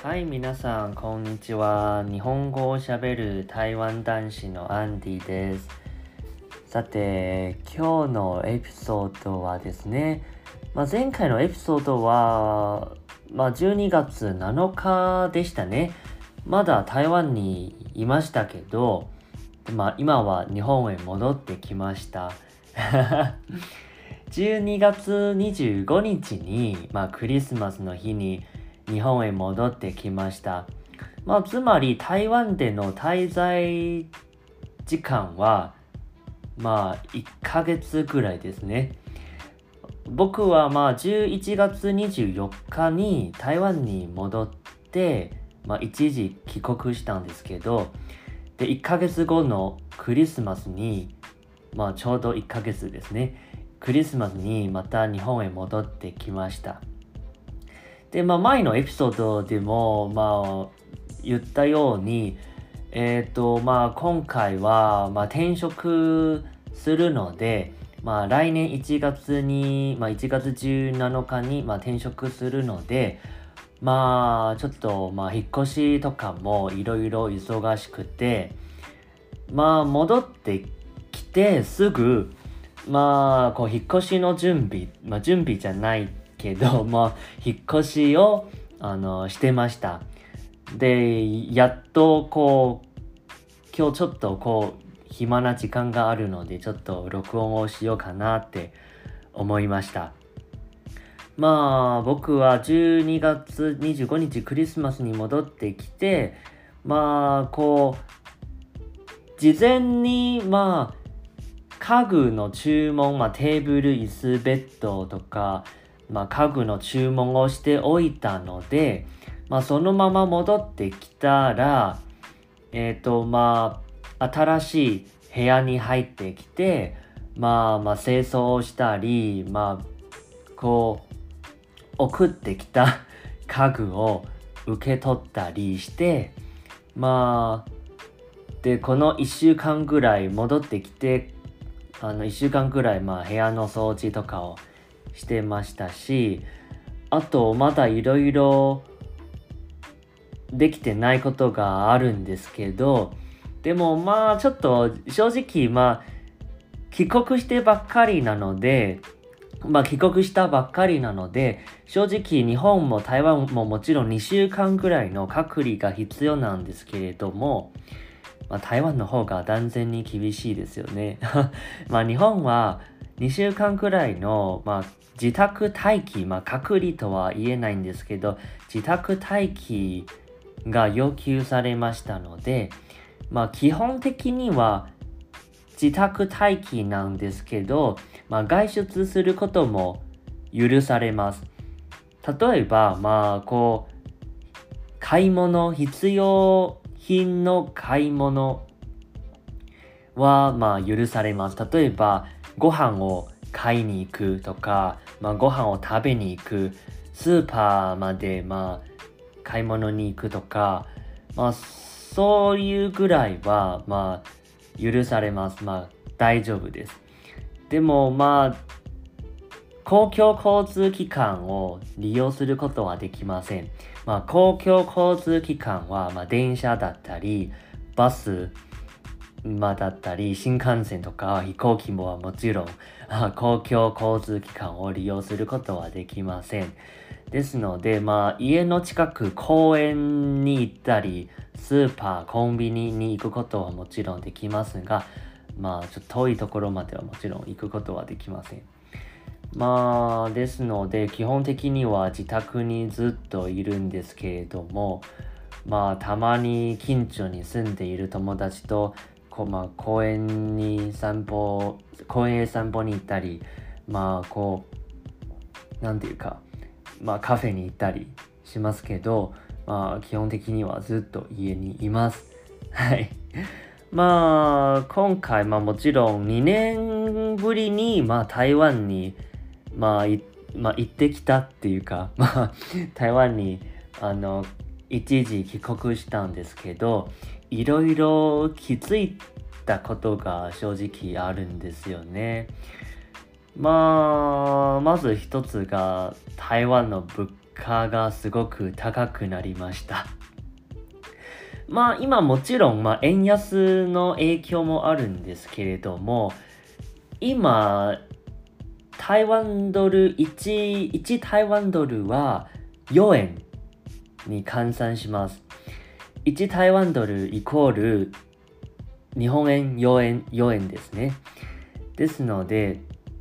はい、皆さん、こんにちは。日本語をしゃべる台湾男子のアンディです。さて、今日のエピソードはですね、前回のエピソードは、12月7日でしたね。まだ台湾にいましたけど、今は日本へ戻ってきました。12月25日に、クリスマスの日に日本へ戻ってきました。つまり台湾での滞在時間は、1ヶ月ぐらいですね。僕は11月24日に台湾に戻って、一時帰国したんですけど、で、1ヶ月後のクリスマスに、ちょうど1ヶ月ですね。クリスマスにまた日本へ戻ってきました。で、前のエピソードでも、言ったように、今回は、転職するので、来年1月に、1月17日に、転職するので、ちょっと、引っ越しとかもいろいろ忙しくて、戻ってきてすぐ、引っ越しの準備、準備じゃないけど、引っ越しを、してました。で、やっと、今日ちょっと、暇な時間があるので、ちょっと録音をしようかなって思いました。僕は12月25日クリスマスに戻ってきて、事前に、家具の注文、テーブル、椅子、ベッドとか、家具の注文をしておいたので、そのまま戻ってきたら、新しい部屋に入ってきて、清掃をしたり、送ってきた家具を受け取ったりして、で、この1週間ぐらい戻ってきて、1週間ぐらい、部屋の掃除とかをしてましたし、あと、まだいろいろできてないことがあるんですけど、でもちょっと正直帰国してばっかりなので、帰国したばっかりなので、正直日本も台湾ももちろん2週間ぐらいの隔離が必要なんですけれども、台湾の方が断然に厳しいですよね。日本は2週間くらいの、自宅待機、隔離とは言えないんですけど、自宅待機が要求されましたので、基本的には自宅待機なんですけど、外出することも許されます。例えば、買い物、必要品の買い物は、許されます。例えば、ご飯を買いに行くとか、ご飯を食べに行く、スーパーまで、買い物に行くとか、そういうぐらいは、許されます。大丈夫です。でも、公共交通機関を利用することはできません。公共交通機関は、電車だったり、バス、だったり、新幹線とか飛行機ももちろん、公共交通機関を利用することはできません。ですので、家の近く公園に行ったり、スーパー、コンビニに行くことはもちろんできますが、ちょっと遠いところまではもちろん行くことはできません。ですので、基本的には自宅にずっといるんですけれども、たまに近所に住んでいる友達と、公園へ散歩に行ったり、なんていうか、カフェに行ったりしますけど、基本的にはずっと家にいます。はい。今回、もちろん2年ぶりに、台湾に、行ってきたっていうか、台湾に、一時帰国したんですけど、いろいろ気づいたことが正直あるんですよね。まず一つが台湾の物価がすごく高くなりました。まあ今もちろん、円安の影響もあるんですけれども、今、台湾ドル1台湾ドルは4円に換算します。1台湾ドルイコール日本円4円ですね。ですので、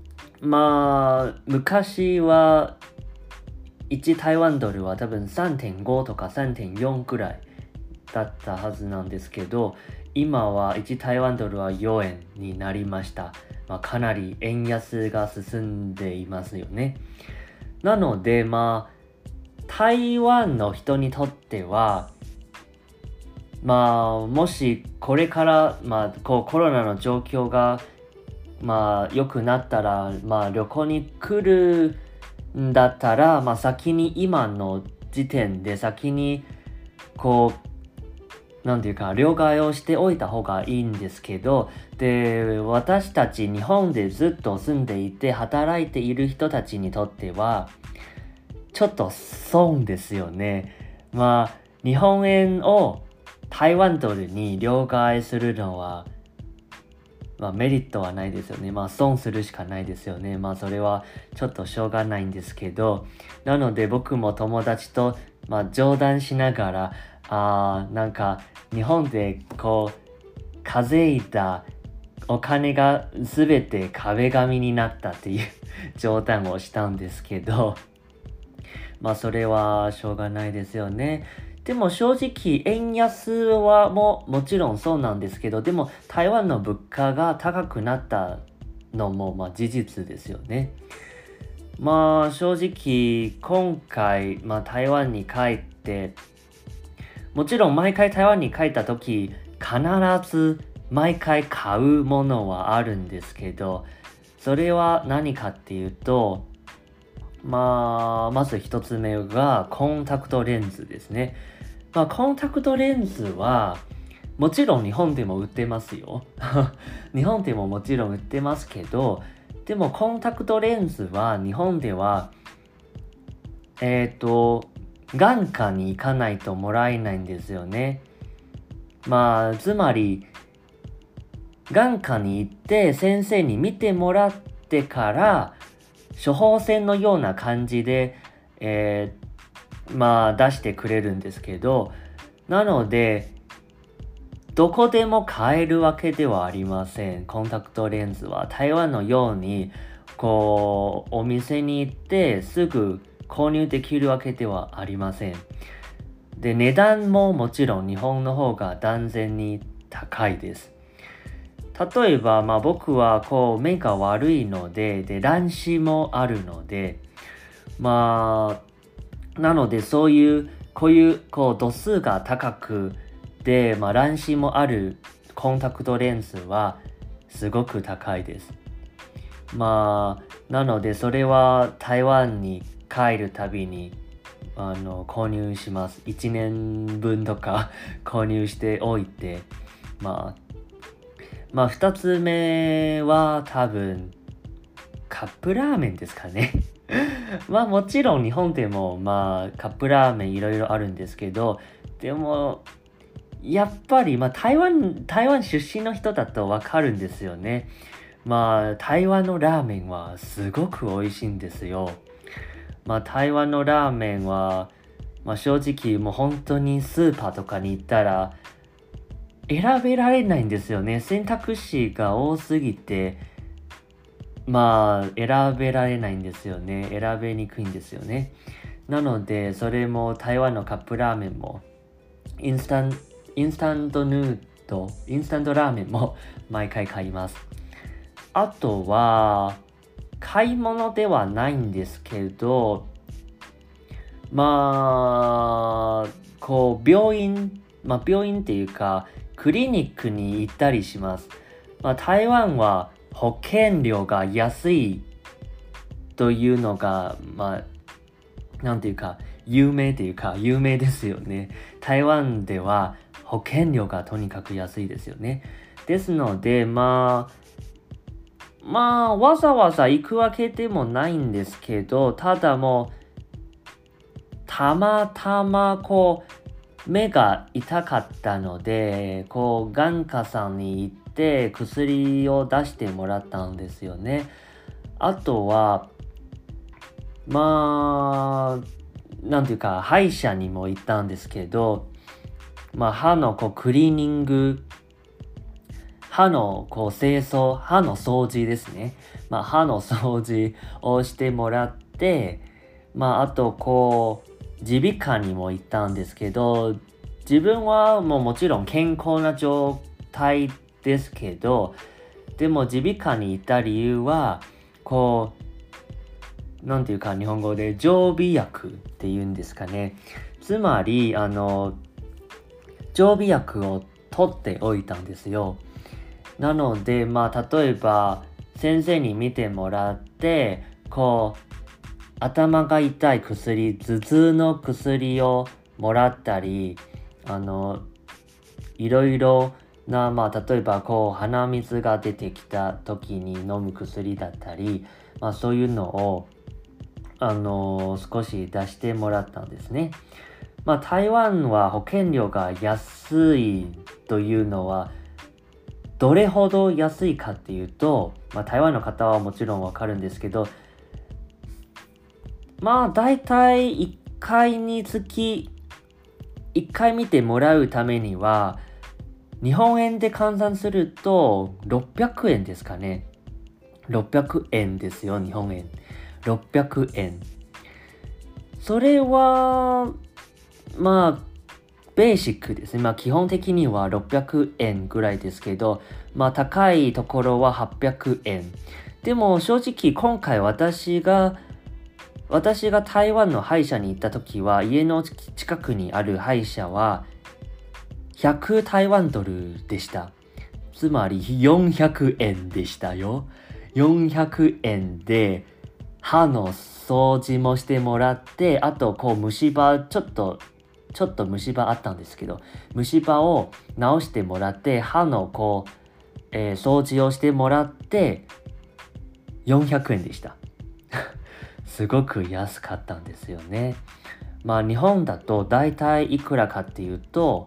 昔は1台湾ドルは多分 3.5 とか 3.4 くらいだったはずなんですけど、今は1台湾ドルは4円になりました。かなり円安が進んでいますよね。なので、台湾の人にとっては、もしこれから、コロナの状況が、良くなったら、旅行に来るんだったら、先に今の時点で先に、なんていうか、両替をしておいた方がいいんですけど、で、私たち日本でずっと住んでいて働いている人たちにとっては、ちょっと損ですよね。日本円を台湾ドルに両替するのは、メリットはないですよね。損するしかないですよね。それはちょっとしょうがないんですけど、なので僕も友達と、冗談しながら、なんか日本で稼いだお金が全て壁紙になったっていう冗談をしたんですけど、それはしょうがないですよね。でも正直円安はもちろんそうなんですけど、でも台湾の物価が高くなったのも事実ですよね。正直今回、台湾に帰って、もちろん毎回台湾に帰った時必ず毎回買うものはあるんですけど、それは何かっていうと、まず一つ目がコンタクトレンズですね。コンタクトレンズはもちろん日本でも売ってますよ。日本でももちろん売ってますけど、でもコンタクトレンズは日本では眼科に行かないともらえないんですよね。つまり眼科に行って先生に見てもらってから処方箋のような感じで、出してくれるんですけど、なのでどこでも買えるわけではありません。コンタクトレンズは台湾のようにお店に行ってすぐ購入できるわけではありません。で、値段ももちろん日本の方が断然に高いです。例えば、僕は目が悪いので、乱視もあるので、なのでこういう度数が高くで、乱視もあるコンタクトレンズはすごく高いです。なのでそれは台湾に帰るたびに購入します。1年分とか購入しておいて、2つ目は多分カップラーメンですかね。もちろん日本でもカップラーメンいろいろあるんですけど、でもやっぱり台湾出身の人だとわかるんですよね。台湾のラーメンはすごく美味しいんですよ。台湾のラーメンは、正直もう本当にスーパーとかに行ったら選べられないんですよね。選択肢が多すぎて、選べられないんですよね。選べにくいんですよね。なので、それも台湾のカップラーメンも、インスタントヌード、インスタントラーメンも毎回買います。あとは、買い物ではないんですけど、病院っていうか、クリニックに行ったりします。台湾は保険料が安いというのが、なんていうか、有名ですよね。台湾では保険料がとにかく安いですよね。ですので、わざわざ行くわけでもないんですけど、ただもう、 たまたま目が痛かったので、眼科さんに行って薬を出してもらったんですよね。あとは、なんていうか、歯医者にも行ったんですけど、歯のクリーニング、歯の清掃、歯の掃除ですね。歯の掃除をしてもらって、あと耳鼻科にも行ったんですけど、自分はもちろん健康な状態ですけど、でも耳鼻科に行った理由は、なんていうか日本語で常備薬っていうんですかね。つまり、常備薬を取っておいたんですよ。なので、例えば、先生に見てもらって、頭が痛い薬、頭痛の薬をもらったり、いろいろな、例えば鼻水が出てきた時に飲む薬だったり、そういうのを少し出してもらったんですね。台湾は保険料が安いというのはどれほど安いかっていうと、台湾の方はもちろんわかるんですけど、だいたい1回につき1回見てもらうためには日本円で換算すると600円ですかね。600円ですよ、日本円。600円。それは、ベーシックですね。基本的には600円ぐらいですけど、高いところは800円。でも正直今回私が台湾の歯医者に行った時は、家の近くにある歯医者は100台湾ドルでした。つまり400円でしたよ。400円で歯の掃除もしてもらって、あと虫歯ちょっと虫歯あったんですけど、虫歯を直してもらって、歯の掃除をしてもらって400円でしたすごく安かったんですよね。日本だとだいたいいくらかっていうと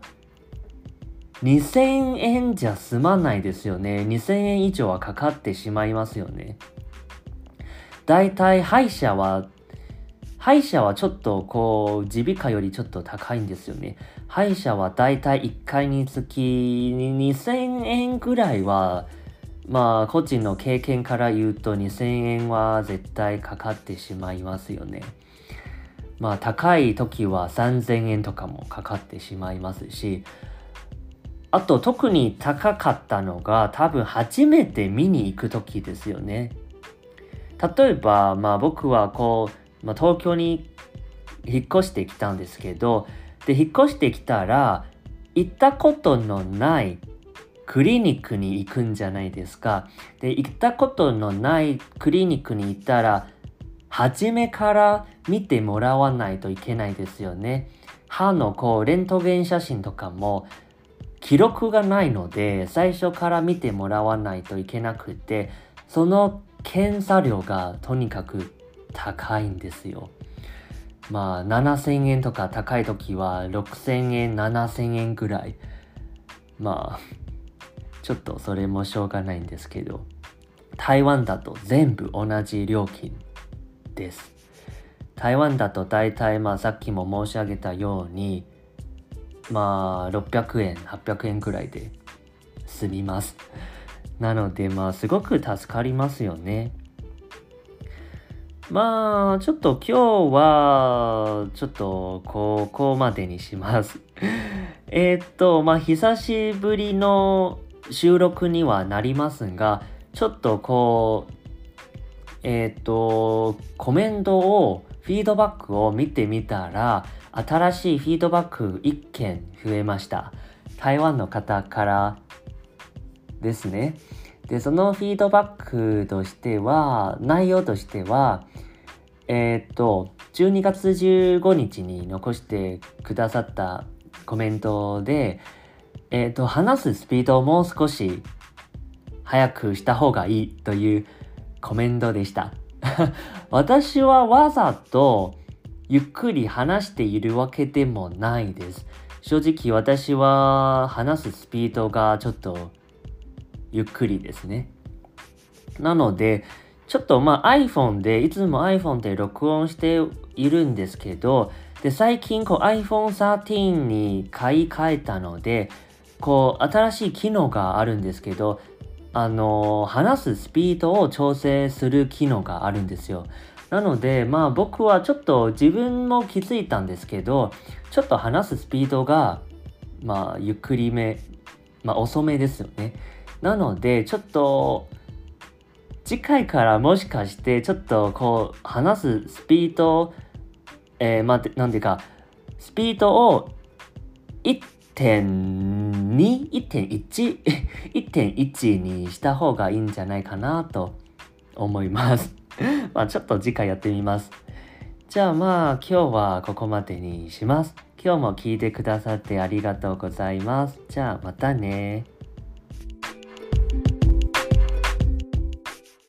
2000円じゃ済まないですよね。2000円以上はかかってしまいますよね。だいたい歯医者はちょっと耳鼻科よりちょっと高いんですよね。歯医者はだいたい1回につき2000円ぐらいは、個人の経験から言うと2000円は絶対かかってしまいますよね。高い時は3000円とかもかかってしまいますし、あと特に高かったのが多分初めて見に行く時ですよね。例えば、僕は東京に引っ越してきたんですけど、で、引っ越してきたら、行ったことのないクリニックに行くんじゃないですか。で、行ったことのないクリニックに行ったら、初めから見てもらわないといけないですよね。歯のレントゲン写真とかも記録がないので、最初から見てもらわないといけなくて、その検査料がとにかく高いんですよ。7000円とか高い時は6000円、7000円ぐらい。ちょっとそれもしょうがないんですけど、台湾だと全部同じ料金です。台湾だと大体さっきも申し上げたように、600円、800円くらいで済みます。なので、すごく助かりますよね。ちょっと今日は、ちょっとここまでにします。久しぶりの収録にはなりますが、ちょっとコメントを、フィードバックを見てみたら、新しいフィードバック1件増えました。台湾の方からですね。で、そのフィードバックとしては、内容としては、12月15日に残してくださったコメントで、話すスピードをもう少し早くした方がいいというコメントでした。私はわざとゆっくり話しているわけでもないです。正直私は話すスピードがちょっとゆっくりですね。なので、ちょっとiPhone で、いつも iPhone で録音しているんですけど、で、最近iPhone 13に買い替えたので、新しい機能があるんですけど、話すスピードを調整する機能があるんですよ。なので、僕はちょっと自分も気づいたんですけど、ちょっと話すスピードが、ゆっくりめ、遅めですよね。なので、ちょっと、次回からもしかしてちょっと話すスピード、なんていうか、スピードを1.2、1.1、1.1にした方がいいんじゃないかなと思います。ちょっと次回やってみます。じゃあ今日はここまでにします。今日も聞いてくださってありがとうございます。じゃあまたね。